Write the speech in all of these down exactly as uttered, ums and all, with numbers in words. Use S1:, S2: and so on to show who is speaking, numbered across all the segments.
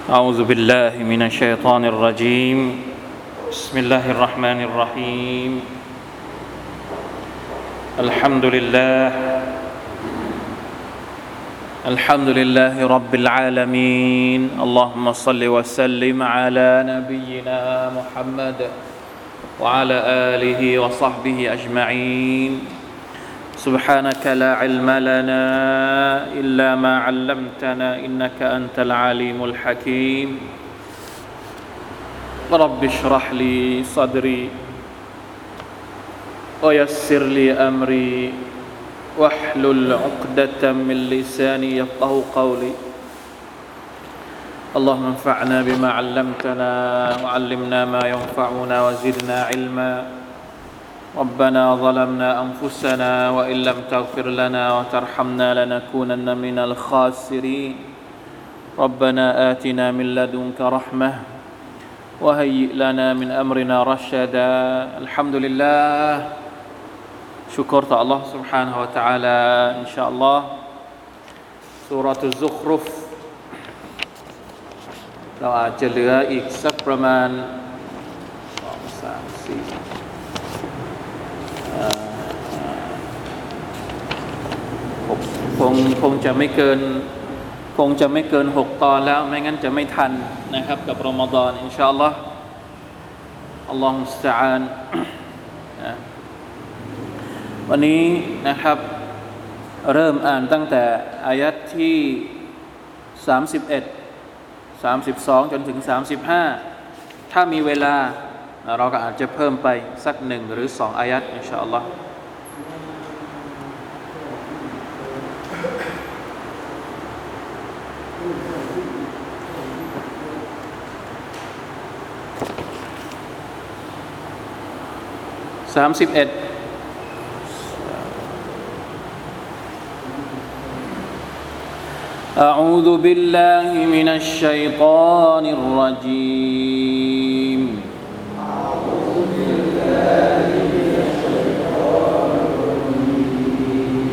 S1: أعوذ بالله من الشيطان الرجيم بسم الله الرحمن الرحيم الحمد لله الحمد لله رب العالمين اللهم صل وسلم على نبينا محمد وعلى آله وصحبه أجمعين سبحانك لا علم لنا إلا ما علمتنا إنك أنت العليم الحكيم رب اشرح لي صدري ويسر لي أمري واحلل عقدة من لساني يفقهوا قولي اللهم انفعنا بما علمتنا وعلمنا ما ينفعنا وزدنا علما ربنا ظلمنا أنفسنا وإن لم تغفر لنا وترحمنا لنكونن من الخاسرين ربنا آتنا من لدنك رحمة وهيئ لنا من أمرنا رشدا الحمد لله شكر الله سبحانه وتعالى إن شاء الله سورة الزخرف เราอาจจะเหลืออีกสักประมาณสอง สาม สี่คงคงจะไม่เกินคงจะไม่เกินหกตอนแล้วไม่งั้นจะไม่ทันนะครับกับรอมฎอนอินชาอัลลอฮ์อัลลอฮฺมุสตะอานวันนี้นะครับเริ่มอ่านตั้งแต่อายัดที่สามสิบเอ็ด สามสิบสองจนถึงสามสิบห้าถ้ามีเวลาเราก็อาจจะเพิ่มไปสักหนึ่งหรือสองอายัดอินชาอัลลอฮ์สามสิบเอ็ดأعوذ بالله من الشيطان الرجيم أعوذ بالله من الشيطان الرجيم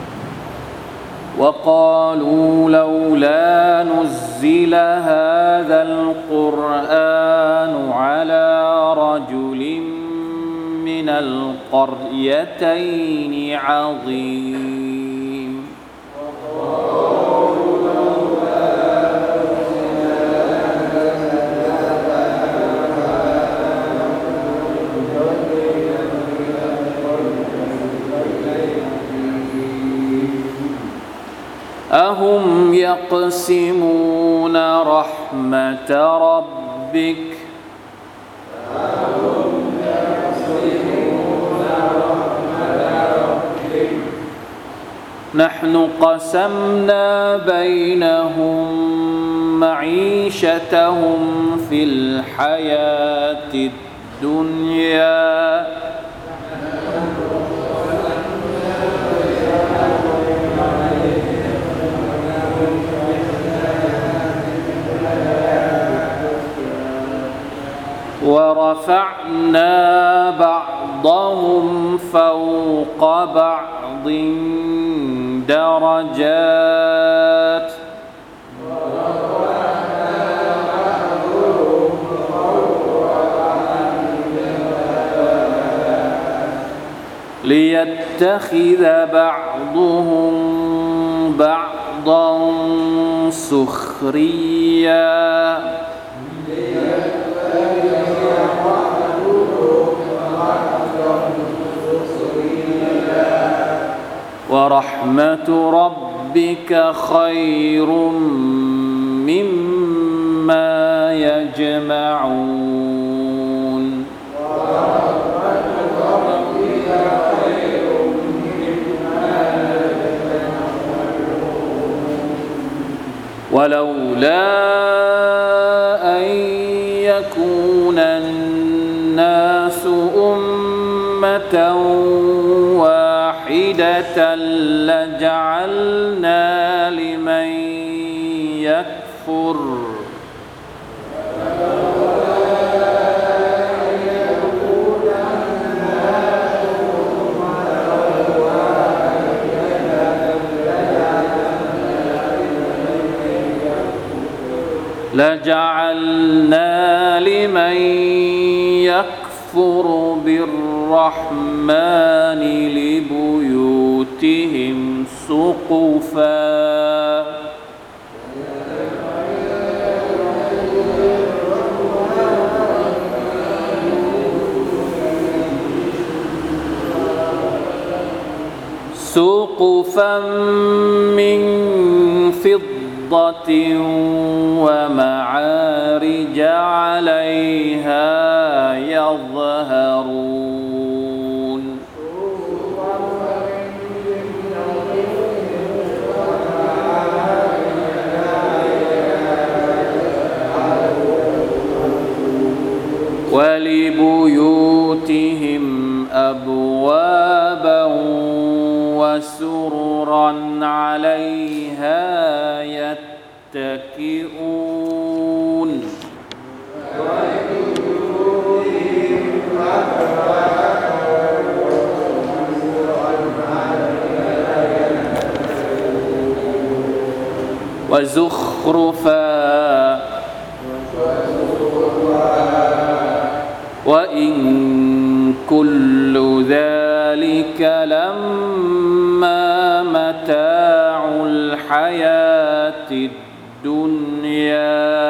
S1: وقالوا لولا نزل هذا القرآن على رجل من القريتين عظيم أهم يقسمون رحمة ربك نحن قسمنا بينهم معيشتهم في الحياة الدنيا ورفعنا بعضهم فوق بعض درجات ليتخذ بعضهم بعضا سخريا ورحمة ربك خير مما يجمعون ولولا أن يكون الناس أمة واحدة لجعلنا لمن يكفر لجعلنا لمن يكفر بالرحمن لبيوتهم سقفا سقفا من فضة ومعارج عليها يظهرون ولبيوتهم أبوابا وسررا عليها يتكئون وزخرفا وإن كل ذلك لما متاع الحياة الدنيا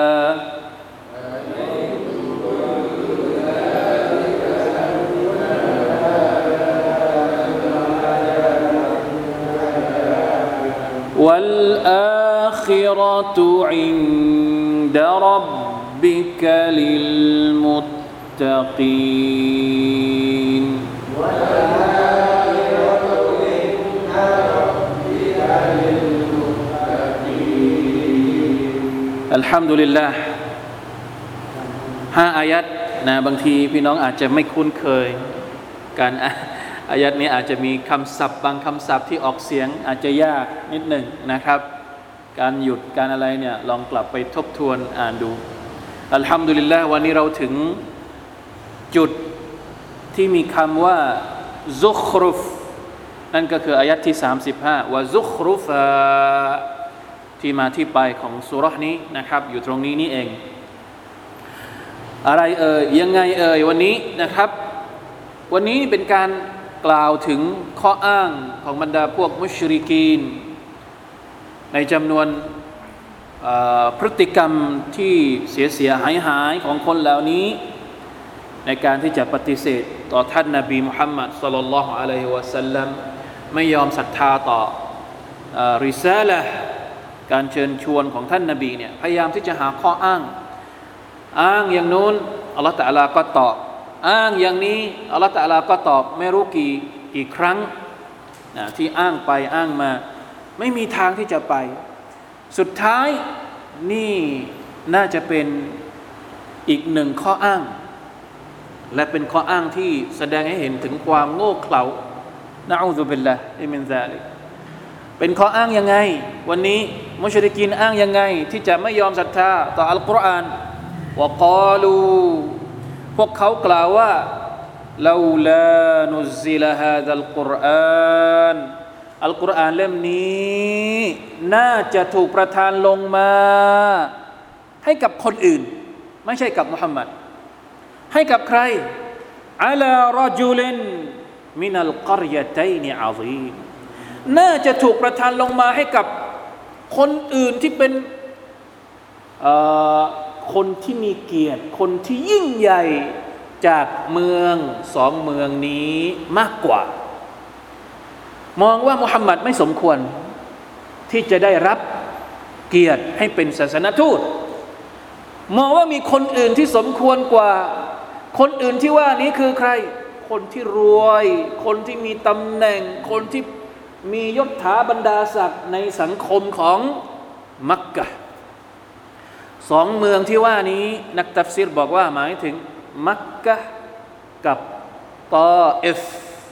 S1: والآخرة عند ربك للمتقينอัลฮัมดุลิลลาห์ห้าอายัดนะบางทีพี่น้องอาจจะไม่คุ้นเคยการอายัดนี้อาจจะมีคำศัพท์บางคำศัพท์ที่ออกเสียงอาจจะยากนิดหนึ่งนะครับการหยุดการอะไรเนี่ยลองกลับไปทบทวนอ่านดูอัลฮัมดุลิลลาห์วันนี้เราถึงจุดที่มีคำว่าซุครุฟนั่นก็คืออายัดที่สามสิบห้าวะซุครุฟาที่มาที่ไปของซูเราะห์นี้นะครับอยู่ตรงนี้นี่เองอะไรเอ่ยยังไงเอ่ยวันนี้นะครับวันนี้เป็นการกล่าวถึงข้ออ้างของบรรดาพวกมุชริกีนในจำนวนพฤติกรรมที่เสียเสียหายหายของคนเหล่านี้ในการที่จะปฏิเสธต่อท่านนบีมุฮัมมัดศ็อลลัลลอฮุอะลัยฮิวะซัลลัมไม่ยอมศรัทธาต่อริซาละห์การเชิญชวนของท่านนบีเนี่ยพยายามที่จะหาข้ออ้างอ้างอย่างนู้นอัลลอฮฺตะอาลาก็ตอบอ้างอย่างนี้อัลลอฮฺตะอาลาก็ตอบไม่รู้กี่กี่ครั้งนะที่อ้างไปอ้างมาไม่มีทางที่จะไปสุดท้ายนี่น่าจะเป็นอีกหนึ่งข้ออ้างและเป็นข้ออ้างที่แสดงให้เห็นถึงความโง่เขลานะอูซุบิลลาฮิมินซาลิกเป็นข้ออ้างยังไงวันนี้มุชริกีนอ้างยังไงที่จะไม่ยอมศรัทธาต่ออัลกุรอานวะกาลูพวกเขากล่าวว่าลาลานุซิลฮาซัลกุรอานอัลกุรอานเล่มนี้น่าจะถูกประทานลงมาให้กับคนอื่นไม่ใช่กับมุฮัมมัดให้กับใครอะลารอจุลินมินัลกอรยะตัยนอะซีมน่าจะถูกประทานลงมาให้กับคนอื่นที่เป็นคนที่มีเกียรติคนที่ยิ่งใหญ่จากเมืองสองเมืองนี้มากกว่ามองว่ามุฮัมมัดไม่สมควรที่จะได้รับเกียรติให้เป็นศาสนทูตมองว่ามีคนอื่นที่สมควรกว่าคนอื่นที่ว่านี้คือใครคนที่รวยคนที่มีตำแหน่งคนที่มียศถาบรรดาศักดิ์ในสังคมของมักกะฮ์สองเมืองที่ว่านี้นักตัฟซีรบอกว่าหมายถึงมักกะฮ์กับตออิฟ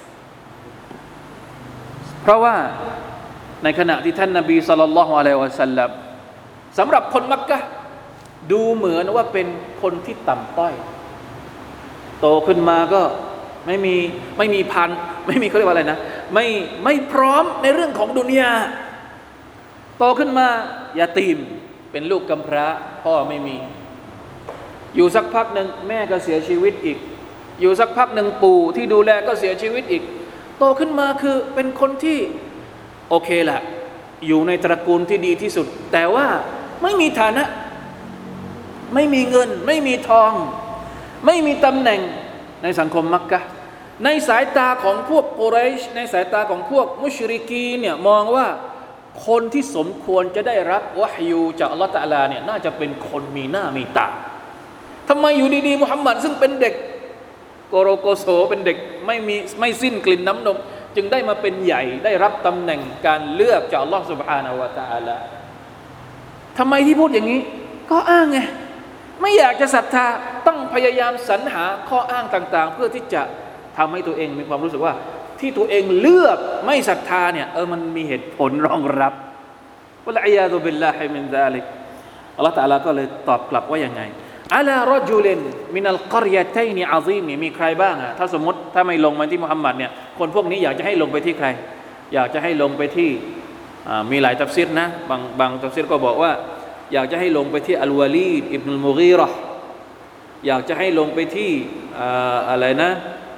S1: เพราะว่าในขณะที่ท่านนบีศ็อลลัลลอฮุอะลัยฮิวะซัลลัมสำหรับคนมักกะฮ์ดูเหมือนว่าเป็นคนที่ต่ำต้อยโตขึ้นมาก็ไม่มีไม่มีพันไม่มีเขาเรียกว่าอะไรนะไม่ไม่พร้อมในเรื่องของดุนยาโตขึ้นมายาตีมเป็นลูกกำพร้าพ่อไม่มีอยู่สักพักหนึ่งแม่ก็เสียชีวิตอีกอยู่สักพักหนึ่งปู่ที่ดูแลก็เสียชีวิตอีกโตขึ้นมาคือเป็นคนที่โอเคแหละอยู่ในตระกูลที่ดีที่สุดแต่ว่าไม่มีฐานะไม่มีเงินไม่มีทองไม่มีตำแหน่งในสังคมมักกะฮ์ในสายตาของพวกกุเรชในสายตาของพวกมุชริกีนเนี่ยมองว่าคนที่สมควรจะได้รับวะฮยูจากอัลเลาะห์ตะอาลาเนี่ยน่าจะเป็นคนมีหน้ามีตาทำไมอยู่ดีๆมุฮัมมัดซึ่งเป็นเด็กโกโรโกโซเป็นเด็กไม่มีไม่สิ้นกลิ่นน้ำนมจึงได้มาเป็นใหญ่ได้รับตำแหน่งการเลือกจากอัลเลาะห์ซุบฮานะฮูวะตะอาลาทำไมที่พูดอย่างนี้ก็อ้างไงไม่อยากจะศรัทธาต้องพยายามสรรหาข้ออ้างต่างๆเพื่อที่จะทำให้ตัวเองมีความรู้สึกว่าที่ตัวเองเลือกไม่ศรัทธาเนี่ยเออมันมีเหตุผลรองรับวะลัยยาซุบิลลาฮิมินซาลิกอัลเลาะห์ตะอาลาก็เลยตอบกลับว่ายังไงอะลารจุลินมินัลกอรยะตัยนอะซีมมีใครบ้างอ่ะถ้าสมมติถ้าไม่ลงมาที่มุฮัมมัดเนี่ยคนพวกนี้อยากจะให้ลงไปที่ใครอยากจะให้ลงไปที่มีหลายตัฟซีรนะบางบางตัฟซีรก็บอกว่าอยากจะให้ลงไปที่อัลวะลีดอิบนุลมุกีเราะห์อยากจะให้ลงไปที่อะไรนะ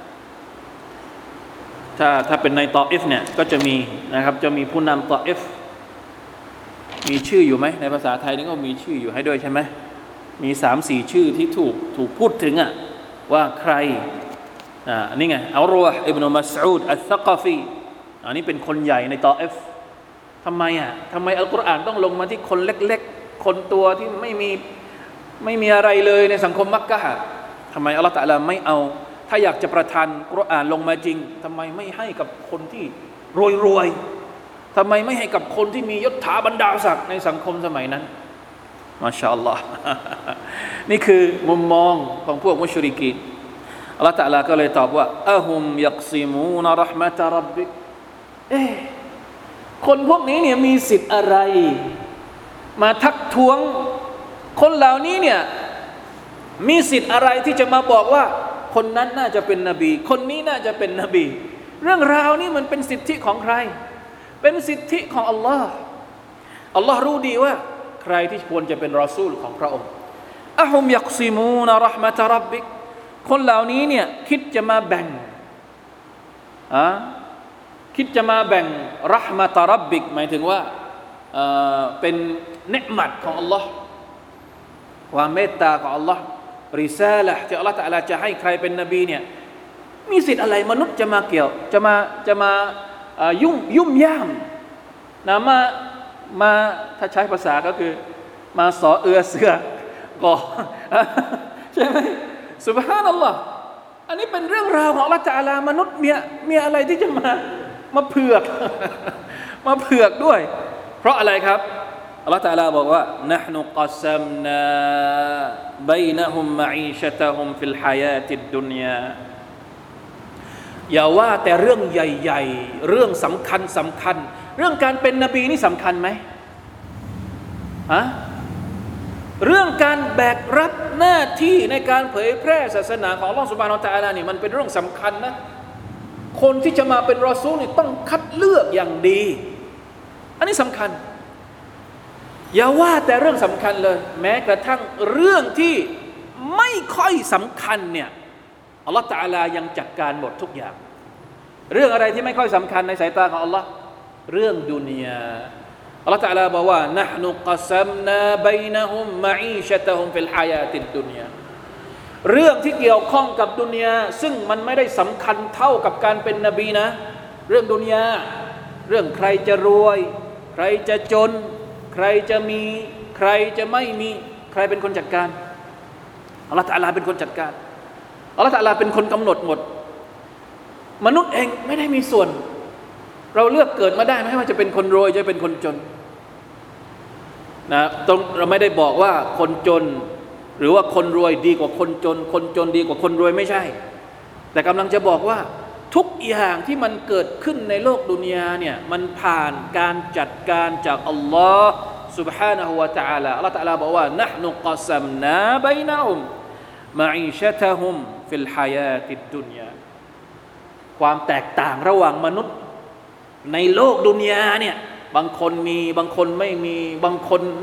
S1: ถ้าถ้าเป็นในตออิฟเนี่ยก็จะมีนะครับจะมีผู้นำตออิฟมีชื่ออยู่ไหมในภาษาไทยนี่ก็มีชื่ออยู่ให้ด้วยใช่ไหมมีสามสี่ชื่อที่ถูกถูกพูดถึงอ่ะว่าใครอ่านี่ไงอัลรอฮ์อิบนุมัสอูดอัลซะกอฟีอันนี้เป็นคนใหญ่ในตออิฟทำไมอ่ะทำไมอัลกุรอานต้องลงมาที่คนเล็กๆคนตัวที่ไม่มีไม่มีอะไรเลยในสังคมมักกะฮ์ทำไมอัลเลาะห์ตะอาลาไม่เอาถ้าอยากจะประทานกุรอานลงมาจริงทำไมไม่ให้กับคนที่รวยๆทำไมไม่ให้กับคนที่มียศถาบรรดาศักดิ์ในสังคมสมัยนั้นมาชาอัลลอฮ์นี่คือมุมมองของพวกมุชริกีนอัลเลาะห์ตะอาลาก็เลยตอบว่าอะฮุมยักซิมูนเราะห์มะตะร็อบบิกเอ๊ะคนพวกนี้เนี่ยมีสิทธิ์อะไรมาทักท้วงคนเหล่านี้เนี่ยมีสิทธิ์อะไรที่จะมาบอกว่าคนนั้นน่าจะเป็นนบีคนนี้น่าจะเป็นนบีเรื่องราวนี้มันเป็นสิทธิของใครเป็นสิทธิของอัลลอฮ์อัลลอฮ์รู้ดีว่าใครที่ควรจะเป็นรอซูลของพระองค์อะฮุมยักซิมูนเราะห์มะตะร็อบบิกคนเหล่านี้เนี่ยคิดจะมาแบ่งอ่ะคิดจะมาแบ่งเราะห์มะตะร็อบบิกหมายถึงว่าเอ่อเป็นเนืมัตของอัลลอฮ์ความเมตตาของอัลลอฮ์ริซาละห์ที่อัลลอฮ์ตะอาลาจะให้ใครเป็นนบีเนี่ยมีสิทธิ์อะไรมนุษย์จะมาเกี่ยวจะมาจะมายุ่งยุ่มย่ามนะมามาถ้าใช้ภาษาก็คือมาสอเอือเสือก่อใช่ไหมซุบฮานัลลอฮ์อันนี้เป็นเรื่องราวของอัลลอฮ์ตะอาลามนุษย์มีมีอะไรที่จะมามาเผือกมาเผือกด้วยเพราะอะไรครับอัลลอฮฺตะอาลาบอกว่านะห์นุกัสซัมนาบัยนะฮุมมะอีชะตะฮุมฟิลฮายาติดดุนยาอย่าว่าแต่เรื่องใหญ่ๆเรื่องสำคัญสำคัญเรื่องการเป็นนบีนี่สำคัญไหมฮะเรื่องการแบกรับหน้าที่ในการเผยแพร่ศาสนาของอัลลอฮฺซุบฮานะฮูวะตะอาลานี่มันเป็นเรื่องสำคัญนะคนที่จะมาเป็นรอซูลนี่ต้องคัดเลือกอย่างดีอันนี้สำคัญอย่าว่าแต่เรื่องสำคัญเลยแม้กระทั่งเรื่องที่ไม่ค่อยสำคัญเนี่ยอัลลอฮฺตะอาลายังจัดการหมดทุกอย่างเรื่องอะไรที่ไม่ค่อยสำคัญในสายตาของอัลลอฮ์เรื่องดุนยาอัลลอฮฺตะอาลาบอกว่านะห์นุกัสซัมนาบัยนะฮุมมะอีชะตะฮุมฟิลฮายาติดดุนยาเรื่องที่เกี่ยวข้องกับดุนยาซึ่งมันไม่ได้สำคัญเท่ากับการเป็นนบีนะเรื่องดุนยาเรื่องใครจะรวยใครจะจนใครจะมีใครจะไม่มีใครเป็นคนจัดการอัลลอฮฺตะอาลาเป็นคนจัดการอัลลอฮฺตะอาลาเป็นคนกำหนดหมดมนุษย์เองไม่ได้มีส่วนเราเลือกเกิดมาได้ไหมว่าจะเป็นคนรวยจะเป็นคนจนนะตรงเราไม่ได้บอกว่าคนจนหรือว่าคนรวยดีกว่าคนจนคนจนดีกว่าคนรวยไม่ใช่แต่กำลังจะบอกว่าทุกอย่างที่มันเกิดขึ้นในโลกดุนยาเนี่ยมันผ่านการจัดการจากอัลลอฮ์ سبحانه และ تعالى อัลลอฮ์ تعالى บอกว่านะห์นุกัสซัมนาบัยนะฮุมมะอีชะตะฮุมฟิลฮายาติดดุนยาความแตกต่างระหว่างมนุษย์ในโลกดุนยาเนี่ยบางคนมีบางคนไม่มีบางคน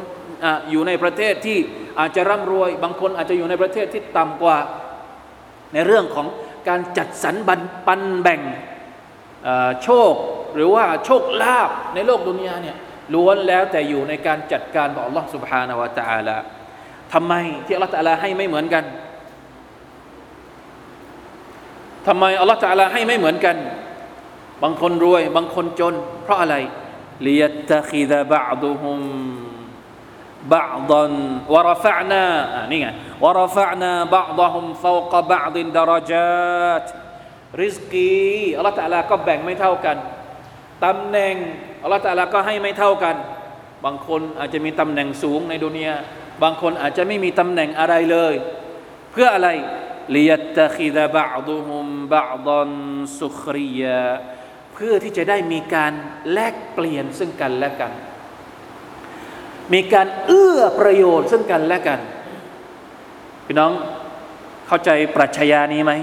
S1: อ่ะอยู่ในประเทศที่อาจจะร่ำรวยบางคนอาจจะอยู่ในประเทศที่ต่ำกว่าในเรื่องของการจัดสรรบันปันแบ่งโชคหรือว่าโชคลาภในโลกดุนยาเนี่ยล้วนแล้วแต่อยู่ในการจัดการของอัลลอฮฺ سبحانه และ تعالى ทำไมที่อัลลอฮฺ تعالى ให้ไม่เหมือนกันทำไมอัลลอฮฺ تعالى ให้ไม่เหมือนกันบางคนรวยบางคนจนเพราะอะไรลิยัตตะคิซะบะอ์ดุฮุมบะอ์ดันวะระฟะอ์นานี่ไงวะระฟะอ์นาบะอ์ฎะฮุมฟาวกะบะอ์ฎินดะเราะญาตริซกีอัลลอฮฺ تعالى ก็แบ่งไม่เท่ากันตำแหน่งอัลลอฮฺ تعالى ก็ให้ไม่เท่ากันบางคนอาจจะมีตำแหน่งสูงในดุนยาบางคนอาจจะไม่มีตำแหน่งอะไรเลยเพื่ออะไรลิยัตตะคิซะบะอ์ฎุฮุมบะอ์ฎันซุคริยาเพื่อที่จะได้มีการแลกเปลี่ยนซึ่งกันและกันมีการเอื้อประโยชน์ซึ่งกันและกันพี่น้องเข้าใจปรัชญานี้ไหม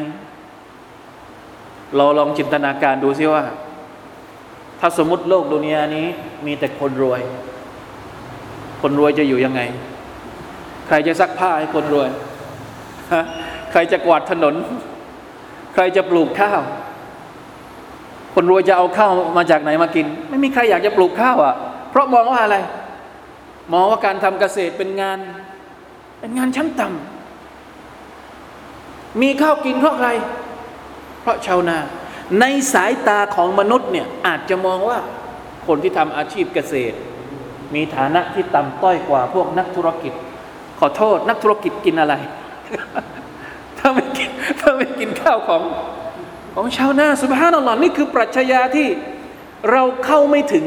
S1: เราลองจินตนาการดูซิว่าถ้าสมมติโลกดุนยานี้มีแต่คนรวยคนรวยจะอยู่ยังไงใครจะซักผ้าให้คนรวยใครจะกวาดถนนใครจะปลูกข้าวคนรวยจะเอาข้าวมาจากไหนมากินไม่มีใครอยากจะปลูกข้าวอ่ะเพราะมองว่าอะไรมองว่าการทำเกษตรเป็นงานเป็นงานชั้นต่ำมีข้าวกินเพราะใครเพราะชาวนาในสายตาของมนุษย์เนี่ยอาจจะมองว่าคนที่ทำอาชีพเกษตรมีฐานะที่ต่ำต้อยกว่าพวกนักธุรกิจขอโทษนักธุรกิจกินอะไร ถ้าไม่กินถ้าไม่กินข้าวของของชาวนาซุบฮานัลลอฮ์นี่คือปรัชญาที่เราเข้าไม่ถึง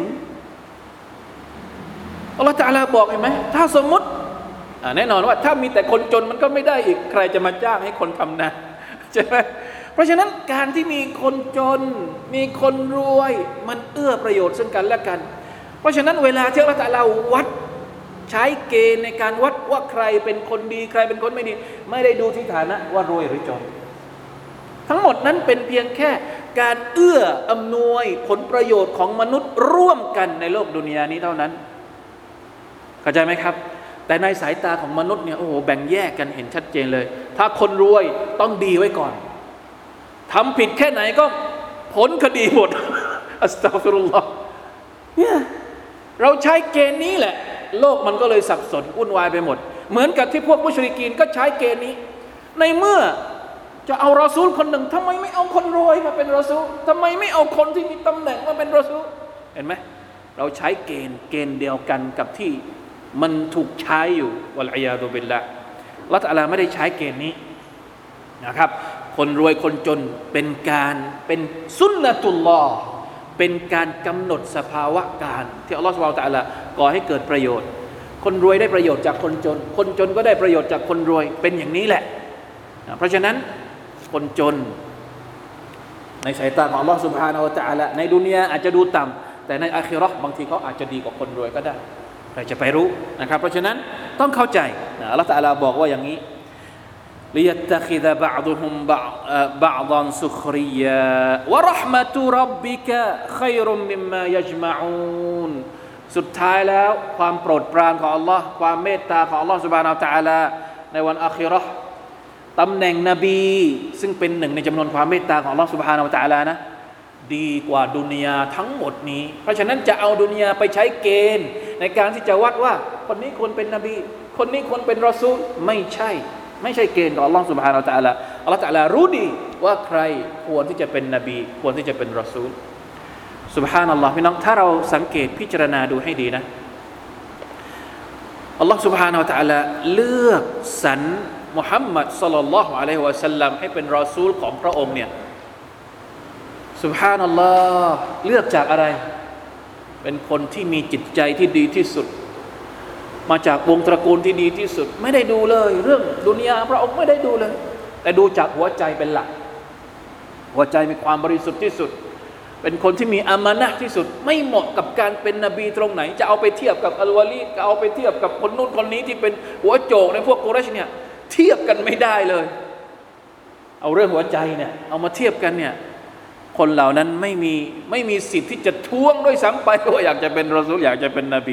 S1: อัลลอฮฺตะอาลาบอกเห็นไหมถ้าสมมติแน่นอนว่าถ้ามีแต่คนจนมันก็ไม่ได้อีกใครจะมาจ้างให้คนทำนาใช่ไหมเพราะฉะนั้นการที่มีคนจนมีคนรวยมันเอื้อประโยชน์ซึ่งกันและกันเพราะฉะนั้นเวลาที่อัลลอฮฺตะอาลาวัดใช้เกณฑ์ในการวัดว่าใครเป็นคนดีใครเป็นคนไม่ดีไม่ได้ดูที่ฐานะว่ารวยหรือจนทั้งหมดนั้นเป็นเพียงแค่การเอื้ออำนวยผลประโยชน์ของมนุษย์ร่วมกันในโลกดุนยานี้เท่านั้นเข้าใจไหมครับแต่ในสายตาของมนุษย์เนี่ยโอ้โหแบ่งแยกกันเห็นชัดเจนเลยถ้าคนรวยต้องดีไว้ก่อนทำผิดแค่ไหนก็พ้นคดีหมดอัสตัฆฟิรุลลอฮ์เนี่ยเราใช้เกณฑ์นี้แหละโลกมันก็เลยสับสนวุ่นวายไปหมดเหมือนกับที่พวกมุชริกีนก็ใช้เกณฑ์นี้ในเมื่อจะเอารอซูลคนหนึ่งทำไมไม่เอาคนรวยมาเป็นรอซูลทำไมไม่เอาคนที่มีตำแหน่งมาเป็นรอซูลเห็นไหมเราใช้เกณฑ์เกณฑ์เดียวกันกับที่มันถูกใช้อยู่วัลอียาซุบิลละห์อัลเลาะห์ตะอาลาไม่ได้ใช้เกณฑ์นี้นะครับคนรวยคนจนเป็นการเป็นสุนนะตุลลอฮ์เป็นการกำหนดสภาวะการที่อัลเลาะห์ซุบฮานะฮูวะตะอาลาก่อให้เกิดประโยชน์คนรวยได้ประโยชน์จากคนจนคนจนก็ได้ประโยชน์จากคนรวยเป็นอย่างนี้แหละเพราะฉะนั้นคนจนในสายตาของอัลเลาะห์ซุบฮานะฮูวะตะอาลาในดุนยาอาจจะดูต่ำแต่ในอาคิเราะห์บางทีเขาอาจจะดีกว่าคนรวยก็ได้ใครจะไปรู้นะครับเพราะฉะนั้นต้องเข้าใจอัลเลาะห์ตะอาลาบอกว่าอย่างนี้ليتخذ بعضهم بعضا سخريا ورحمة ربك خير مما يجمعون สุดท้ายแล้วความโปรดปรานของ Allah ความเมตตาของ Allah سبحانه และ تعالى ในวันอาคิเราะห์ตำแหน่งนบีซึ่งเป็นหนึ่งในจำนวนความเมตตาของ Allah سبحانه และ تعالى นะดีกว่าดุนยาทั้งหมดนี้เพราะฉะนั้นจะเอาดุนยาไปใช้เกณฑ์ในการที่จะวัดว่าคนนี้ควรเป็นนบีคนนี้ควรเป็นรอซูลไม่ใช่ไม่ใช่เกณฑ์ของอัลลอฮฺ سبحانه และ تعالى อัลลอฮฺ تعالى รู้ดีว่าใครควรที่จะเป็นนบีควรที่จะเป็นรอซูล سبحان อัลลอฮฺพี่น้องถ้าเราสังเกตพิจารณาดูให้ดีนะอัลลอฮฺ سبحانه และ تعالى เลือกสรรมุฮัมมัดศ็อลลัลลอฮุอะลัยฮิวะซัลลัมให้เป็นรอซูลของพระองค์เนี่ย سبحان อัลลอฮฺเลือกจากอะไรเป็นคนที่มีจิตใจที่ดีที่สุดมาจากวงตระกูลที่ดีที่สุดไม่ได้ดูเลยเรื่องดุนยาพระองค์ไม่ได้ดูเลยแต่ดูจากหัวใจเป็นหลักหัวใจมีความบริสุทธิ์ที่สุดเป็นคนที่มีอามานะห์ที่สุดไม่เหมาะกับการเป็นนบีตรงไหนจะเอาไปเทียบกับอัลวาลีจะเอาไปเทียบกับคนนู้นคนนี้ที่เป็นหัวโจกในพวกกุเรชเนี่ยเทียบกันไม่ได้เลยเอาเรื่องหัวใจเนี่ยเอามาเทียบกันเนี่ยคนเหล่านั้นไม่มีไม่มีสิทธิ์ที่จะท้วงด้วยซ้ำไปว่าอยากจะเป็นรอซูลอยากจะเป็นนบี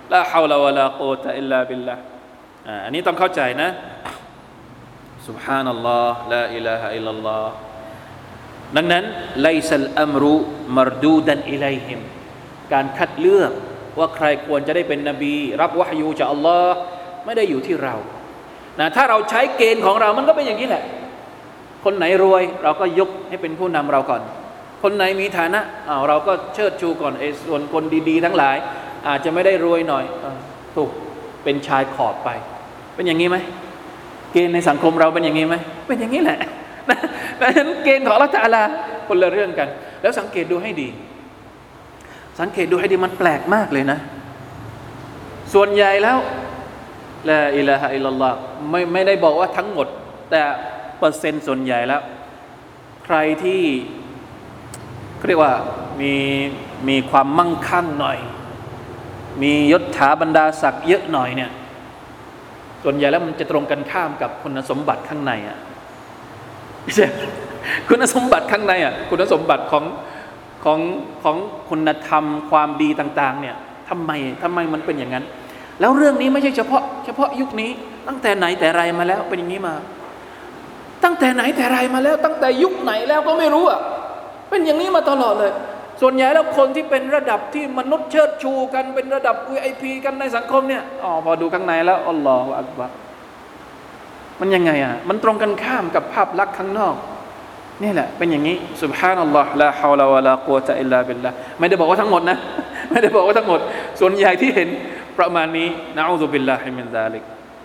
S1: ลาฮาวลาวะลากุวะตะอิลลาบิลลาห์อ่าอันนี้ต้องเข้าใจนะซุบฮานัลลอฮ์ลาอิลาฮะอิลลัลลอฮ์ดังนั้นไลซัลอัมรุมารดูดันอิลัยฮิมการคัดเลือกว่าใครควรจะได้เป็นนบีรับวะฮยูจากอัลลอฮ์ไม่ได้อยู่ที่เรานะถ้าเราใช้เกณฑ์ของเรามันก็เป็นอย่างนี้แหละคนไหนรวยเราก็ยกให้เป็นผู้นำเราก่อนคนไหนมีฐานะอ้าวเราก็เชิดชูก่อนไอ้ส่วนคนดีๆทั้งหลายอาจจะไม่ได้รวยหน่อยถูกเป็นชายขอบไปเป็นอย่างนี้ไหมเกณฑ์ในสังคมเราเป็นอย่างนี้ไหมเป็นอย่างนี้แหละดังนั้นเกณฑ์ของอัลเลาะห์ตะอาลาคนละเรื่องกันแล้วสังเกตดูให้ดีสังเกตดูให้ดีมันแปลกมากเลยนะส่วนใหญ่แล้วลาอิลาฮะอิลลัลลอฮ์ไม่ไม่ได้บอกว่าทั้งหมดแต่เปอร์เซ็นต์ส่วนใหญ่แล้วใครที่เรียกว่ามีมีความมั่งคั่งหน่อยมียศถาบรรดาศักดิ์เยอะหน่อยเนี่ยส่วนใหญ่แล้วมันจะตรงกันข้ามกับคุณสมบัติข้างในอ่ะใช่คุณสมบัติข้างในอ่ะคุณสมบัติของของของคุณธรรมความดีต่างๆเนี่ยทำไมทำไมมันเป็นอย่างนั้นแล้วเรื่องนี้ไม่ใช่เฉพาะเฉพาะยุคนี้ตั้งแต่ไหนแต่ไรมาแล้วเป็นอย่างนี้มาตั้งแต่ไหนแต่ไรมาแล้วตั้งแต่ยุคไหนแล้วก็ไม่รู้อ่ะเป็นอย่างนี้มาตลอดเลยส่วนใหญ่แล้วคนที่เป็นระดับที่มนุษย์เชิดชูกันเป็นระดับ วี ไอ พี กันในสังคมเนี่ยอ๋อพอดูข้างในแล้วอัลลอฮฺอักบัรมันยังไงอ่ะมันตรงกันข้ามกับภาพลักษณ์ข้างนอกนี่แหละเป็นอย่างนี้ซุบฮานัลลอฮฺลาฮาวลาวะลากุวะตะอิลลาบิลลาห์ไม่ได้บอกว่าทั้งหมดนะไม่ได้บอกว่าทั้งหมดส่วนใหญ่ที่เห็นประมาณนี้นะอูซุบิลลาฮิมินซาลิก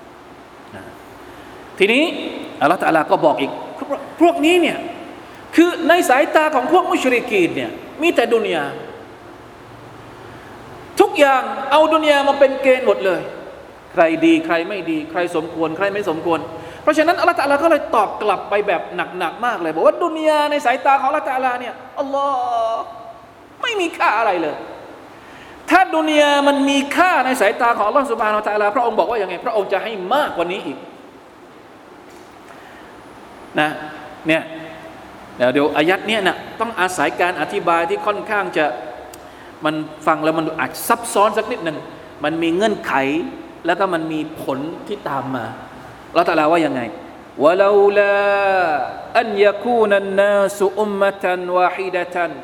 S1: ทีนี้อัลเลาะห์ตะอาลาก็บอกอีกพวกนี้เนี่ยคือในสายตาของพวกมุชริกีนเนี่ยมีแต่ดุนยาทุกอย่างเอาดุนยามาเป็นเกณฑ์หมดเลยใครดีใครไม่ดีใครสมควรใครไม่สมควรเพราะฉะนั้นอัลเลาะห์ตะอาลาก็เลยตอบกลับไปแบบหนักๆมากเลยบอกว่าดุนยาในสายตาของอัลเลาะห์ตะอาลาเนี่ยอัลลอฮ์ไม่มีค่าอะไรเลยถ้าดุนยามันมีค่าในสายตาของอัลเลาะห์ซุบฮานะฮูวะตะอาลาพระองค์บอกว่ายังไงพระองค์จะให้มากกว่านี้อีกนะเนี่ยเดี๋ยวเดี๋ยวอายัดเนี้ยนะต้องอาศัยการอธิบายที่ค่อนข้างจะมันฟังแล้วมันอาจซับซ้อนสักนิดหนึ่งมันมีเงื่อนไขแล้วก็มันมีผลที่ตามมาอัลเลาะห์ตะอาลาว่ายังไงวะลาลาอันยะคูนันนาสอุมมะตันวาฮิดะตัน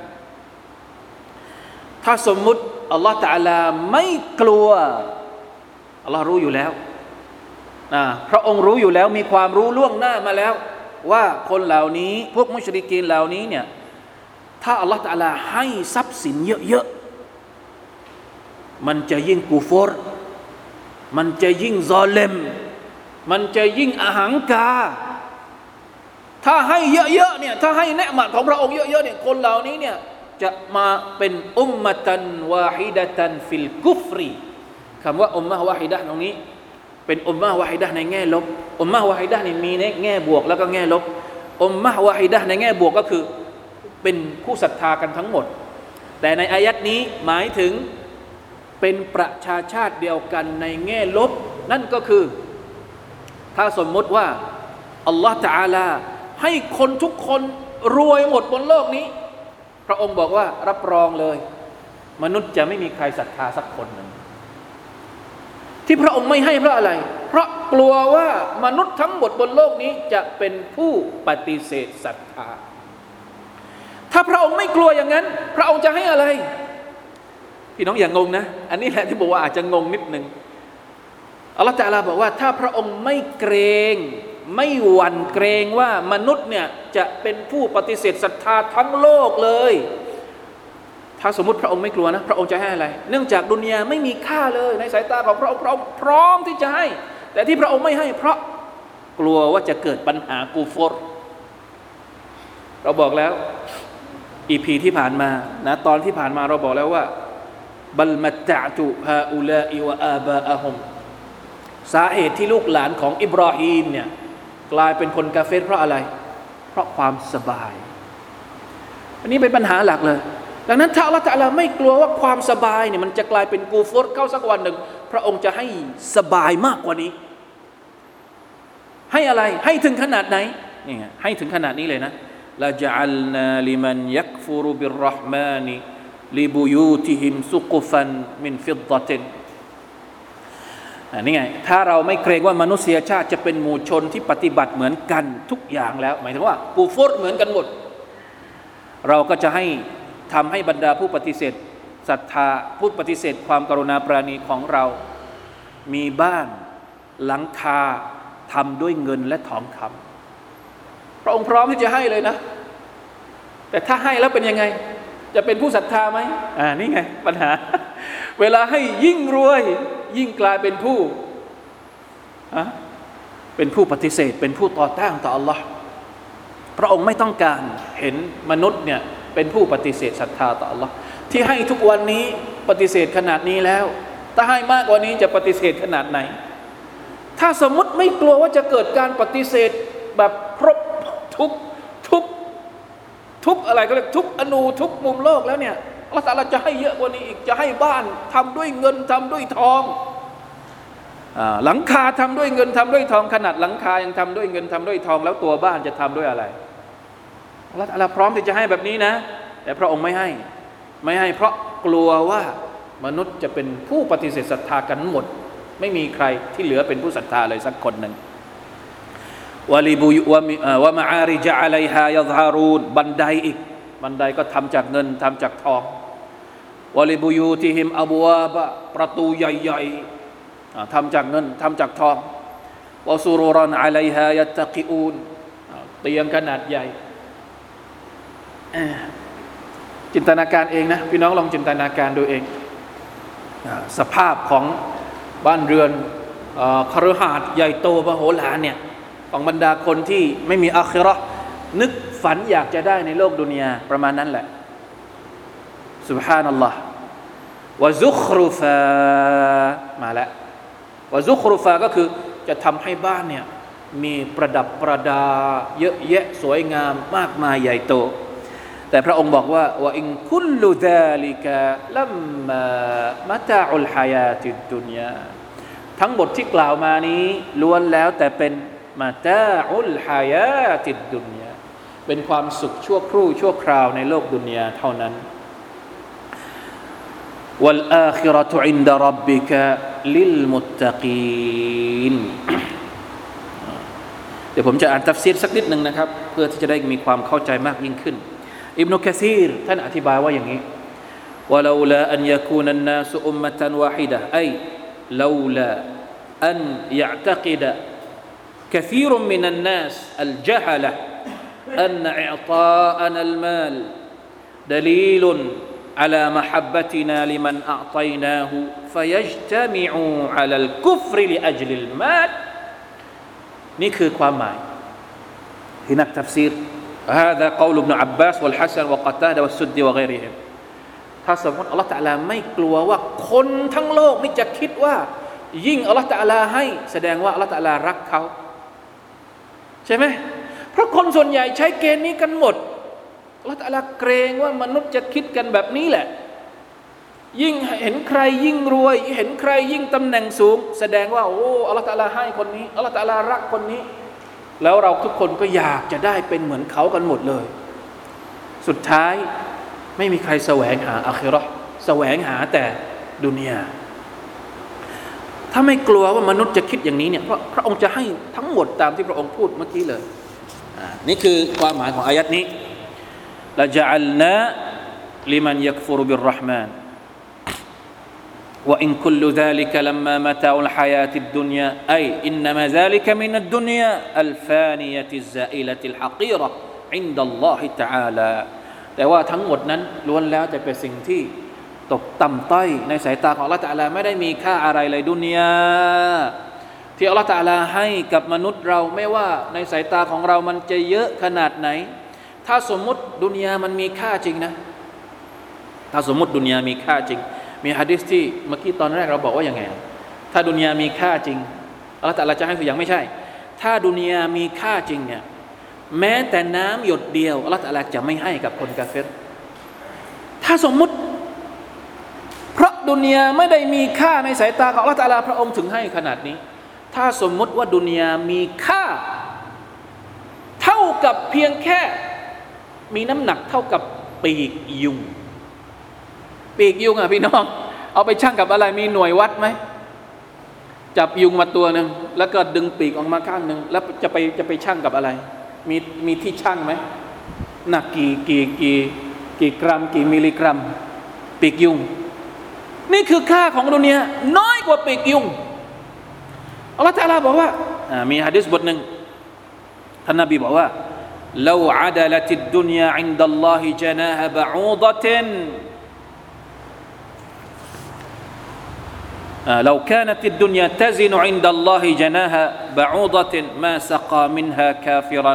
S1: ถ้าสมมุติอัลเลาะห์ตะอาลาไม่กลัวอัลเลาะห์รู้อยู่แล้วนะพระองค์รู้อยู่แล้วมีความรู้ล่วงหน้ามาแล้วว่าคนเหล่านี้พวกมุชริกีนเหล่านี้เนี่ยถ้าอัลลอฮฺตะอาลาให้ทรัพย์สินเยอะๆมันจะยิ่งกูฟรมันจะยิ่งซอเลมมันจะยิ่งอหังกาถ้าให้เยอะๆเนี่ยถ้าให้เนือ์มะตของพระองค์เยอะๆเนี่ยคนเหล่านี้เนี่ยจะมาเป็นอุมมะตันวาฮิดะตันฟิลกุฟรีคำว่าอุมมะวาฮิดะห์ตรงนี้เป็นอุมมะวาฮิดะห์ในแง่ลบอุมมะวาฮิดะห์นี่มีในแง่บวกแล้วก็แง่ลบอุมมะวาฮิดะห์ในแง่บวกก็คือเป็นผู้ศรัทธากันทั้งหมดแต่ในอายัดนี้หมายถึงเป็นประชาชาติเดียวกันในแง่ลบนั่นก็คือถ้าสมมติว่าอัลลอฮฺตะอาลาให้คนทุกคนรวยหมดบนโลกนี้พระองค์บอกว่ารับรองเลยมนุษย์จะไม่มีใครศรัทธาสักคนหนึ่งที่พระองค์ไม่ให้เพราะอะไรเพราะกลัวว่ามนุษย์ทั้งหมดบนโลกนี้จะเป็นผู้ปฏิเสธศรัทธาถ้าพระองค์ไม่กลัวอย่างนั้นพระองค์จะให้อะไรพี่น้องอย่างงงนะอันนี้แหละที่บอกว่าอาจจะงงนิดนึงอัลลอฮฺตะอาลาบอกว่าถ้าพระองค์ไม่เกรงไม่หวั่นเกรงว่ามนุษย์เนี่ยจะเป็นผู้ปฏิเสธศรัทธาทั้งโลกเลยถ้าสมมุติพระองค์ไม่กลัวนะพระองค์จะให้อะไรเนื่องจากดุนยาไม่มีค่าเลยในสายตาของพระองค์พระองค์พร้อมที่จะให้แต่ที่พระองค์ไม่ให้เพราะกลัวว่าจะเกิดปัญหากูฟรเราบอกแล้วอีพีที่ผ่านมานะตอนที่ผ่านมาเราบอกแล้วว่าบัลมัตตะตุฮาอุลาอิวะอาบาอะฮุมสาเหตุที่ลูกหลานของอิบราฮีมเนี่ยกลายเป็นคนกาเฟรเพราะอะไรเพราะความสบายอันนี้เป็นปัญหาหลักเลยดังนั้นถ้าอัลเลาะห์ตะอาลาไม่กลัวว่าความสบายเนี่ยมันจะกลายเป็นกูฟรเข้าสักวันหนึ่งพระองค์จะให้สบายมากกว่านี้ให้อะไรให้ถึงขนาดไหนนี่ไงให้ถึงขนาดนี้เลยนะละจะอัลนาลิมันยักฟุรุบิรเราะห์มานิลิบุยูติฮิมซุกุฟันมินฟิดดะตินอันนี้ไงถ้าเราไม่เกรงว่ามนุษยชาติจะเป็นหมู่ชนที่ปฏิบัติเหมือนกันทุกอย่างแล้วหมายถึงว่ากูฟรเหมือนกันหมดเราก็จะให้ทำให้บรรดาผู้ปฏิเสธศรัทธาผู้ปฏิเสธความกรุณาปราณีของเรามีบ้านหลังคาทำด้วยเงินและทองคำพระองค์พร้อมที่จะให้เลยนะแต่ถ้าให้แล้วเป็นยังไงจะเป็นผู้ศรัทธาไหมอ่านี่ไงปัญหาเวลาให้ยิ่งรวยยิ่งกลายเป็นผู้อะเป็นผู้ปฏิเสธเป็นผู้ต่อต้านต่อ Allah พระองค์ไม่ต้องการเห็นมนุษย์เนี่ยเป็นผู้ปฏิเสธศรัทธาต่อ Allah ที่ให้ทุกวันนี้ปฏิเสธขนาดนี้แล้วถ้าให้มากกว่านี้จะปฏิเสธขนาดไหนถ้าสมมติไม่กลัวว่าจะเกิดการปฏิเสธแบบครบทุกทุกทุกอะไรก็เรียกทุกอนูทุกมุมโลกแล้วเนี่ยอัลลอฮฺตะอาลาจะให้เยอะกว่านี้อีกจะให้บ้านทำด้วยเงินทำด้วยทองอ่าหลังคาทำด้วยเงินทำด้วยทองขนาดหลังคายังทำด้วยเงินทำด้วยทองแล้วตัวบ้านจะทำด้วยอะไรอัลลอฮฺตะอาลาพร้อมที่จะให้แบบนี้นะแต่พระองค์ไม่ให้ไม่ให้เพราะกลัวว่ามนุษย์จะเป็นผู้ปฏิเสธศรัทธากันหมดไม่มีใครที่เหลือเป็นผู้ศรัทธาเลยสักคนหนึ่งวะลิบุวะวะมะอาริจอะลัยฮายะซฮารูนบันไดอีกบันไดก็ทำจากเงินทำจากทองวะลิบุยูติฮิมอับวาบะประตูใหญ่ๆทำจากเงินทำจากทองวะซุรุรันอะลัยฮายัตตะกิอูนเตียงขนาดใหญ่จินตนาการเองนะพี่น้องลองจินตนาการดูเองสภาพของบ้านเรือนคฤหาสน์ใหญ่โตมโหฬารเนี่ยของบรรดาคนที่ไม่มีอาคิเราะห์นึกฝันอยากจะได้ในโลกดุนยาประมาณนั้นแหละซุบฮานัลลอฮ์วะซุครุฟามาแล้ววะซุครุฟาก็คือจะทำให้บ้านเนี่ยมีประดับประดาเยอะแยะสวยงามมากมายใหญ่โตแต่พระองค์บอกว่าวะอินคุลลุซาลิกะลัมมามะตาอุลฮายาติดดุนยาทั้งหมดที่กล่าวมานี้ล้วนแล้วแต่เป็นมาตาอุลฮายาติดดุนยาเป็นความสุขชั่วครู่ชั่วคราวในโลกดุนยาเท่านั้นวัลอาคิเราะตุอินดะร็อบบิกะลิลมุตตะกีนเดี๋ยวผมจะอ่านตัฟซีรสักนิดนึงนะครับเพื่อที่จะได้มีความเข้าใจมากยิ่งขึ้นอิบนุกะซีรท่านอธิบายว่าอย่างนี้วะลาลาอันยะคูนันนาสอุมมะตันวาฮิดะฮ์อัยลาลาอันยะตะกิดะكثير من الناس الجهلة أن إعطاءنا المال دليل على محبتنا لمن أعطيناه فيجتمعوا على الكفر لأجل المال นี่คือความหมายที่นักตัฟซีร هذا قول ابن عباس والحسن وقتادة والسدي وغيرهم ถ้าสมมติอัลเลาะห์ตะอาลาไม่กลัวว่าคนทั้งโลกนี่จะคิดว่ายิ่งอัลเลาะห์ตะอาลาให้แสดงว่าอัลเลาะห์ตะอาลารักเขาใช่ไหมเพราะคนส่วนใหญ่ใช้เกณฑ์นี้กันหมดอัลเลาะห์ตะอาลาเกรงว่ามนุษย์จะคิดกันแบบนี้แหละยิ่งเห็นใครยิ่งรวยเห็นใครยิ่งตำแหน่งสูงแสดงว่าโอ้อัลเลาะห์ตะอาลาให้คนนี้อัลเลาะห์ตะอาลารักคนนี้แล้วเราทุกคนก็อยากจะได้เป็นเหมือนเขากันหมดเลยสุดท้ายไม่มีใครแสวงหาอาคิเราะห์แสวงหาแต่ดุนยาถ้าไม่กลัวว่ามนุษย์จะคิดอย่างนี้เนี่ยเพราะพระองค์จะให้ทั้งหมดตามที่พระองค์พูดเมื่อกี้เลยนี่คือความหมายของอายัดนี้ละจะอัลนาลิมันยักฟุรุบิรเราะห์มานวะอินคุลลุซาลิกะลัมมามาตาอุลฮายาติดดุนยาอัยอินนามะซาลิกะมินัดดุนยาอัลฟานิยะติซซาอิละติลฮะกีเราะห์อินดัลลอฮิตะอาลาแต่ว่าทั้งหมดนั้นล้วนแล้วแต่เป็นสิ่งที่ตกต่ำต้อยในสายตาของอัลเลาะห์ตะอาลาไม่ได้มีค่าอะไรเลยดุนยาที่อัลเลาะห์ตะอาลาให้กับมนุษย์เราไม่ว่าในสายตาของเรามันจะเยอะขนาดไหนถ้าสมมุติดุนยามันมีค่าจริงนะถ้าสมมุติดุนยามีค่าจริงมีหะดีษที่เมื่อกี้ตอนแรกเราบอกว่ายังไงถ้าดุนยามีค่าจริงอัลเลาะห์ตะอาลาจะให้ตัวอย่างไม่ใช่ถ้าดุนยามีค่าจริงเนี่ยแม้แต่น้ำหยดเดียวอัลเลาะห์ตะอาลาจะไม่ให้กับคนกาเฟรถ้าสมมุติเพราะดุนยาไม่ได้มีค่าในสายตาของอัลเลาะห์ตะอาลาพระองค์ถึงให้ขนาดนี้ถ้าสมมุติว่าดุนยามีค่าเท่ากับเพียงแค่มีน้ำหนักเท่ากับปีกยุงปีกยุงอ่ะพี่น้องเอาไปชั่งกับอะไรมีหน่วยวัดไหมจับยุงมาตัวหนึ่งแล้วก็ดึงปีกออกมาข้างหนึ่งแล้วจะไปจะไปชั่งกับอะไรมีมีที่ชั่งไหมหนักกี่กี่กี่กี่กรัมกี่มิลลิกรัมปีกยุงนี่คือค่าของดุนยาน้อยกว่าปีกยุงอัลลอฮฺตะอาลาบอกว่ามีหะดีษบทหนึ่งท่านนบีบอกว่าลาวอะดะละติดดุนยาอินดัลลอฮิจนาฮะบะอูฎะตินلو كانت الدنيا تزن عند الله جناح بعوضة ما سقى منها كافرا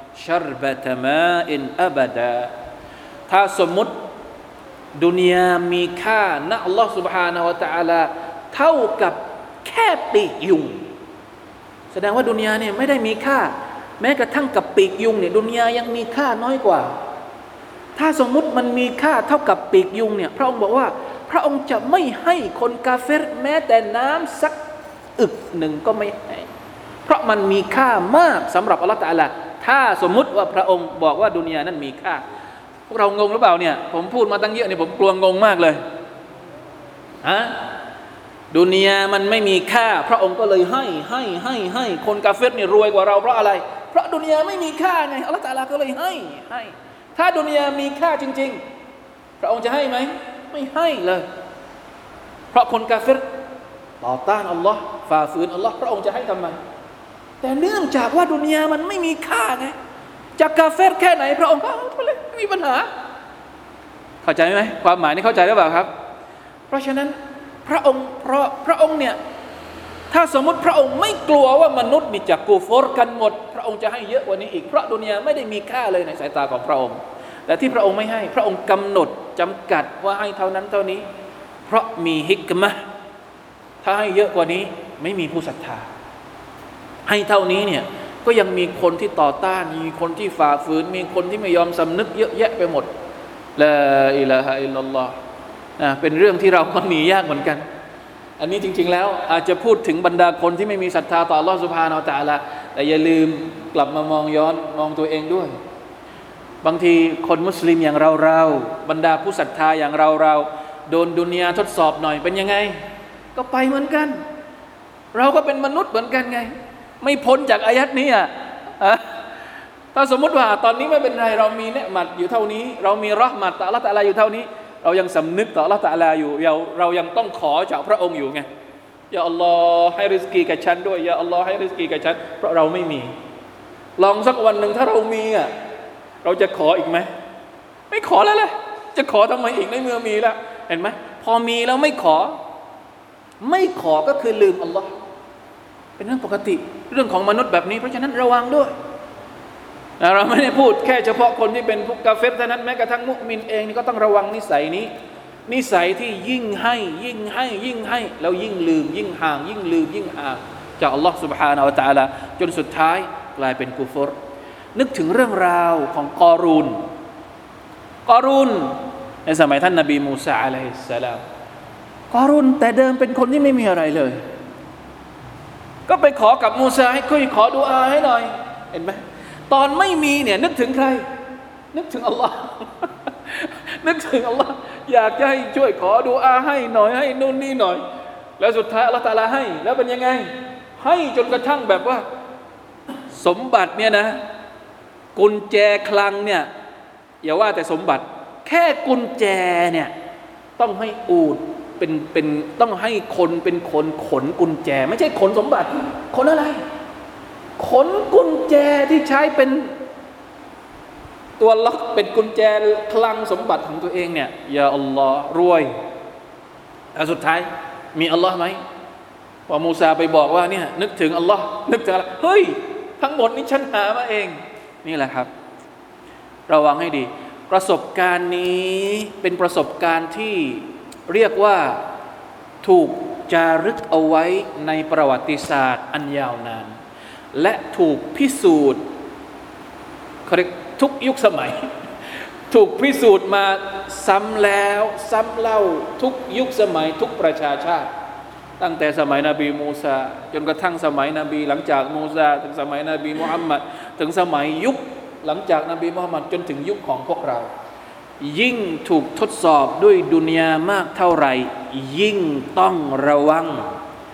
S1: شربة ماء أبدا ถ้าสมมุติดุนยามีค่าณอัลลอฮฺ سبحانه และ تعالى เท่ากับแค่ปีกยุงแสดงว่าดุนยาเนี่ยไม่ได้มีค่าแม้กระทั่งกับปีกยุงเนี่ยดุนยายังมีค่าน้อยกว่าถ้าสมมุติมันมีค่าเท่ากับปีกยุงเนี่ยพระองค์บอกว่าพระองค์จะไม่ให้คนกาเฟรแม้แต่น้ำสักอึกหนึ่งก็ไม่ให้เพราะมันมีค่ามากสำหรับอัลลอฮฺตะอาลาถ้าสมมุติว่าพระองค์บอกว่าดุนยานั้นมีค่าพวกเรางงหรือเปล่าเนี่ยผมพูดมาตั้งเยอะเนี่ยผมกลัวงงมากเลยฮะดุนยามันไม่มีค่าพระองค์ก็เลยให้ให้ให้ให้คนกาเฟรเนี่ยรวยกว่าเราเพราะอะไรเพราะดุนยาไม่มีค่าไงอัลลอฮฺตะอาลาก็เลยให้ให้ถ้าดุนยามีค่าจริงๆพระองค์จะให้ไหมไม่ให้เลยเพราะคนกาเฟรต่อต้านอัลลอฮ์ฝ่าฝืนอัลลอฮ์พระองค์จะให้ทำไมแต่เนื่องจากว่าดุนยามันไม่มีค่าไงจะกาเฟรแค่ไหนพระองค์ก็ไม่มีปัญหาเข้าใจไหมความหมายนี้เข้าใจหรือเปล่าครับเพราะฉะนั้นพระองค์เพราะพระองค์เนี่ยถ้าสมมติพระองค์ไม่กลัวว่ามนุษย์นี่จะกูฟรกันหมดพระองค์จะให้เยอะกว่านี้อีกเพราะดุนยาไม่ได้มีค่าเลยในสายตาของพระองค์แต่ที่พระองค์ไม่ให้พระองค์กำหนดจำกัดว่าให้เท่านั้นเท่านี้เพราะมีฮิกมะห์ถ้าให้เยอะกว่านี้ไม่มีผู้ศรัทธาให้เท่านี้เนี่ยก็ยังมีคนที่ต่อต้านมีคนที่ฝ่าฝืนมีคนที่ไม่ยอมสำนึกเยอะแยะไปหมดลาอิลาฮะอิลลัลลอฮ์นะเป็นเรื่องที่เราก็หนียากเหมือนกันอันนี้จริงๆแล้วอาจจะพูดถึงบรรดาคนที่ไม่มีศรัทธาต่ออัลเลาะห์ซุบฮานะฮูวะตะอาลาแต่อย่าลืมกลับมามองย้อนมองตัวเองด้วยบางทีคนมุสลิมอย่างเราๆบรรดาผู้ศรัทธาอย่างเราๆโดนดุนยาทดสอบหน่อยเป็นยังไงก็ไปเหมือนกันเราก็เป็นมนุษย์เหมือนกันไงไม่พ้นจากอายัดนี้อ่ะถ้าสมมติว่าตอนนี้ไม่เป็นไรเรามีเนืมัดอยู่เท่านี้เรามีเราะห์มัตต่ออัลเลาะห์ตะอาลาอยู่เท่านี้เรายังสำนึกต่ออัลเลาะห์ตะอาลาอยู่เราเรายังต้องขอจากพระองค์อยู่ไงยาอัลลอฮ์ให้ริสกีกับฉันด้วยยาอัลลอฮ์ให้ริสกีกับฉันเพราะเราไม่มีลองสักวันหนึ่งถ้าเรามีอ่ะเราจะขออีกไหมไม่ขอแล้วแหละจะขอทำไมอีกในเมื่อมีแล้วเห็นไหมพอมีแล้วไม่ขอไม่ขอก็คือลืมอัลลอฮ์เป็นเรื่องปกติเรื่องของมนุษย์แบบนี้เพราะฉะนั้นระวังด้วยนะเราไม่ได้พูดแค่เฉพาะคนที่เป็นพวกกาเฟรเท่านั้นแม้กระทั่งมุมินเองนี่ก็ต้องระวังนิสัยนี้นิสัยที่ยิ่งให้ยิ่งให้ยิ่งให้แล้วยิ่งลืมยิ่งห่างยิ่งลืมยิ่งห่างจากอัลลอฮ์ سبحانه และ تعالى จนสุดท้ายกลายเป็นกุฟรนึกถึงเรื่องราวของกอรูนกอรูนในสมัยท่านนบีมูซาอะลัยฮิสสลามกอรูนแต่เดิมเป็นคนที่ไม่มีอะไรเลยก็ไปขอกับมูซาให้คุยขอดุอาให้หน่อยเห็นไหมตอนไม่มีเนี่ยนึกถึงใครนึกถึงอัลลอฮ์นึกถึงอัลลอฮ์อยากจะให้ช่วยขอดุอาให้หน่อยให้นู่นนี่หน่อยแล้วสุดท้ายอัลลอฮ์ตะอาลาให้แล้วเป็นยังไงให้จนกระทั่งแบบว่าสมบัติเนี่ยนะกุญแจคลังเนี่ยอย่าว่าแต่สมบัติแค่กุญแจเนี่ยต้องให้อูฐเป็นเป็นต้องให้คนเป็นคนขนกุญแจไม่ใช่ขนสมบัติขนอะไรขนกุญแจที่ใช้เป็นตัวล็อกเป็นกุญแจคลังสมบัติของตัวเองเนี่ยยาอัลลอฮ์รวยแต่สุดท้ายมีอัลลอฮ์ไหมพอมูซาไปบอกว่าเนี่ยนึกถึงอัลลอฮ์นึกถึงอะไรเฮ้ยทั้งหมดนี้ฉันหามาเองนี่แหละครับระวังให้ดีประสบการณ์นี้เป็นประสบการณ์ที่เรียกว่าถูกจารึกเอาไว้ในประวัติศาสตร์อันยาวนานและถูกพิสูจน์เขาเรียกทุกยุคสมัยถูกพิสูจน์มาซ้ำแล้วซ้ำเล่าทุกยุคสมัยทุกประชาชาติตั้งแต่สมัยนบีมูซาจนกระทั่งสมัยนบีหลังจากมูซาถึงสมัยนบีมุฮัมมัดถึงสมัยยุคหลังจากนบีมุฮัมมัดจนถึงยุคของพวกเรายิ่งถูกทดสอบด้วยดุนยามากเท่าไหร่ยิ่งต้องระวัง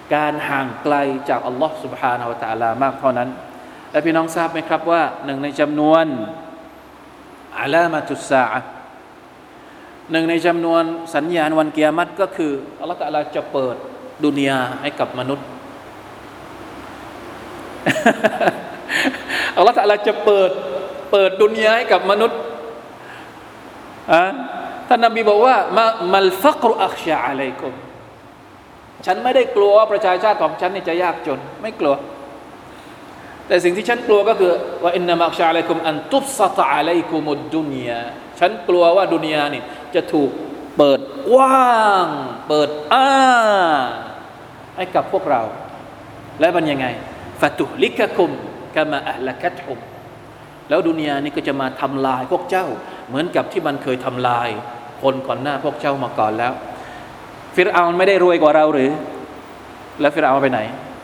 S1: การห่างไกลจากอัลลอฮ์ سبحانه และ تعالى มากเท่านั้นและพี่น้องทราบไหมครับว่าหนึ่งในจำนวนอะลามะตุสซาอะห์หนึ่งในจำนวนสัญญาณวันกิยามะฮ์ก็คืออัลลอฮ์ตะอาลาจะเปิดดุนยาให้กับมนุษย์ อัลลอฮ์ตะอาลาจะเปิดเปิดดุนยาให้กับมนุษย์อ่ะท่านนบีบอกว่ามามัลฟักรุอัคชาอะลัยกุมฉันไม่ได้กลัวว่าประชาชาติของฉันนี่จะยากจนไม่กลัวแต่สิ่งที่ฉันกลัวก็คือว่าอินนามักชาอะลัยกุมอันตุบซะตะอะลัยกุมุดดุนยาฉันกลัวว่าดุนยานี่จะถูกเปิดกว้างเปิดอ้าให้กับพวกเราและมันยังไงฟะตุฮลิกะกุมกะมาอะละกัตฮุมแล้วดุนยานี่ก็จะมาทำลายพวกเจ้าเหมือนกับที่มันเคยทำลายคนก่อนหน้าพวกเจ้ามาก่อนแล้วฟิรเอาน์ไม่ได้รวยกว่าเราหรือแล้วฟิรเอาน์ไปไหน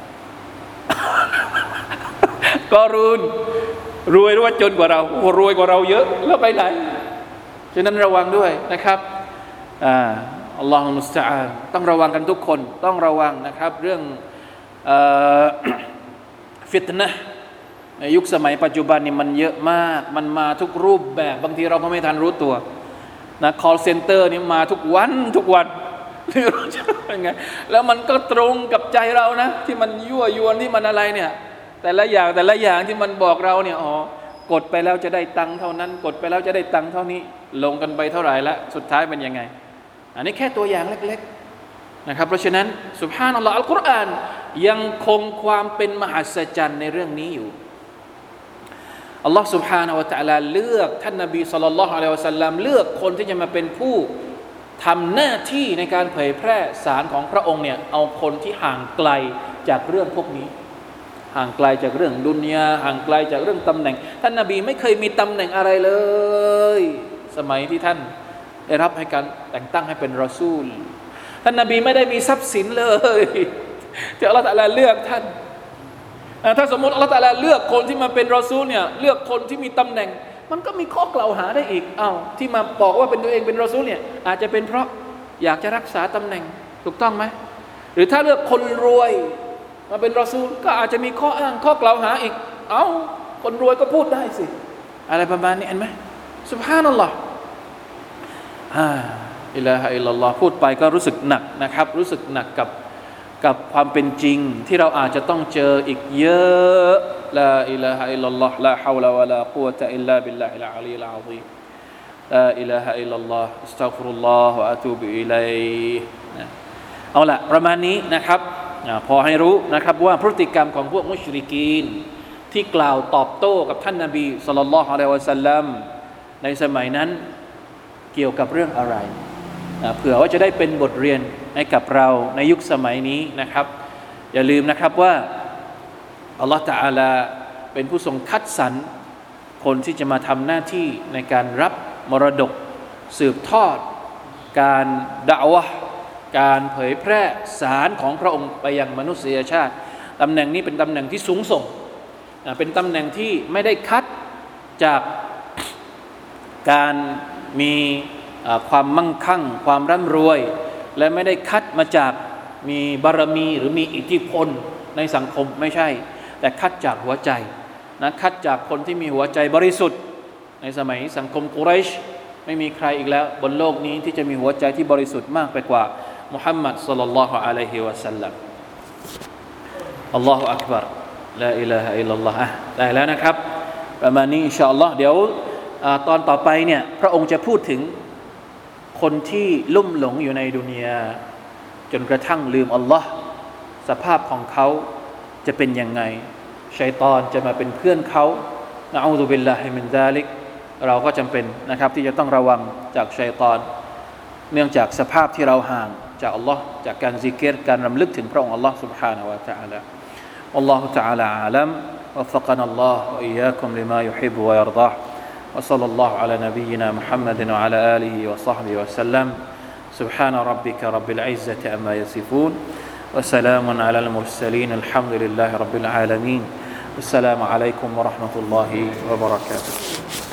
S1: กอรูนรวยหรือว่าจนกว่าเรารวยกว่าเราเยอะแล้วไปไหนฉะนั้นระวังด้วยนะครับอ่าอัลลอฮฺมุสตะอาน์ต้องระวังกันทุกคนต้องระวังนะครับเรื่องเอ่อ ฟิตนะห์ในยุคสมัยปัจจุบันนี่มันเยอะมากมันมาทุกรูปแบบบางทีเราก็ไม่ทันรู้ตัวนะ call center นี่มาทุกวันทุกวันไม่รู้จะเป็นไงแล้วมันก็ตรงกับใจเรานะที่มันยั่วยวนที่มันอะไรเนี่ยแต่ละอย่างแต่ละอย่างที่มันบอกเราเนี่ยอ๋อกดไปแล้วจะได้ตังค์เท่านั้นกดไปแล้วจะได้ตังค์เท่านี้ลงกันไปเท่าไหร่ละสุดท้ายเป็นยังไงอันนี้แค่ตัวอย่างเล็กๆนะครับเพราะฉะนั้นซุบฮานัลลอฮ์อัลกุรอานยังคงความเป็นมหัศจรรย์ในเรื่องนี้อยู่อัลลอฮ์ سبحانه และ تعالى เลือกท่านนบีศ็อลลัลลอฮุอะลัยฮิวะซัลลัมเลือกคนที่จะมาเป็นผู้ทำหน้าที่ในการเผยแพร่สารของพระองค์เนี่ยเอาคนที่ห่างไกลจากเรื่องพวกนี้ห่างไกลจากเรื่องดุนยาห่างไกลจากเรื่องตำแหน่งท่านนบีไม่เคยมีตำแหน่งอะไรเลยสมัยที่ท่านได้รับให้การแต่งตั้งให้เป็นรอซูลท่านนบีไม่ได้มีทรัพย์สินเลยที่อัลลอฮฺตะอาลาเลือกท่านถ้าสมมติอัลลอฮฺตะอาลาเลือกคนที่มาเป็นรอซูลเนี่ยเลือกคนที่มีตำแหน่งมันก็มีข้อกล่าวหาได้อีกอ้าวที่มาบอกว่าเป็นตัวเองเป็นรอซูลเนี่ยอาจจะเป็นเพราะอยากจะรักษาตำแหน่งถูกต้องไหมหรือถ้าเลือกคนรวยมาเป็นรอซูลก็อาจจะมีข้ออ้างข้อกล่าวหาอีกเอ้าคนรวยก็พูดได้สิอะไรประมาณนี้เห็นไหมซุบฮานัลลอฮ์อ่าอิลาฮะอิลลัลลอฮ์พูดไปก็รู้สึกหนักนะครับรู้สึกหนักกับกับความเป็นจริงที่เราอาจจะต้องเจออีกเยอะลาอิลาฮะอิลลัลลอฮ์ลาฮาวละวะลากุวะตะอิลลาบิลลาฮิลอะลีลอะซีมลาอิลาฮะอิลลัลลอฮ์อัสตัฆฟิรุลลอฮ์วะอะตูบิอิลัยฮิเอาละประมาณนี้นะครับพอให้รู้นะครับว่าพฤติกรรมของพวกมุชริกีนที่กล่าวตอบโต้กับท่านนบีศ็อลลัลลอฮุอะลัยฮิวะซัลลัมในสมัยนั้นเกี่ยวกับเรื่องอะไรเผื่อว่าจะได้เป็นบทเรียนให้กับเราในยุคสมัยนี้นะครับอย่าลืมนะครับว่าอัลลอฮฺตะอาลาเป็นผู้ทรงคัดสรรคนที่จะมาทำหน้าที่ในการรับมรดกสืบทอดการดะอ์วะห์การเผยแพร่สารของพระองค์ไปยังมนุษยชาติตำแหน่งนี้เป็นตำแหน่งที่สูงส่งเป็นตำแหน่งที่ไม่ได้คัดจากการมีความมั่งคั่งความร่ำรวยและไม่ได้คัดมาจากมีบารมีหรือมีอิทธิพลในสังคมไม่ใช่แต่คัดจากหัวใจนะคัดจากคนที่มีหัวใจบริสุทธิ์ในสมัยสังคมกุเรชไม่มีใครอีกแล้วบนโลกนี้ที่จะมีหัวใจที่บริสุทธิ์มากไปกว่ามุฮัมมัดศ็อลลัลลอฮุอะลัยฮิวะซัลลัมอัลลอฮุอักบัรลาอิลาฮะอิลลัลลอฮ์ได้แล้วนะครับประมาณนี้อินชาอัลลอฮ์เดี๋ยวตอนต่อไปเนี่ยพระองค์จะพูดถึงคนที่ลุ่มหลงอยู่ในดุนยาจนกระทั่งลืมอัลลอฮ์สภาพของเขาจะเป็นยังไงชัยฏอนจะมาเป็นเพื่อนเขานะอูซุบิลลาฮิมินซาลิกเราก็จำเป็นนะครับที่จะต้องระวังจากชัยฏอนเนื่องจากสภาพที่เราห่างจากอัลลอฮ์จากการซิกรการรำลึกถึงพระองค์อัลลอฮ์ سبحانه และ تعالى อัลลอฮฺ تعالى อาลัมوفقنا الله وإياكم لما يحب ويرضاه وصلى الله على نبينا محمد وعلى آله وصحبه وسلم سبحان ربك رب العزة عما يصفون وسلام على المرسلين الحمد لله رب العالمين السلام عليكم ورحمة الله وبركاته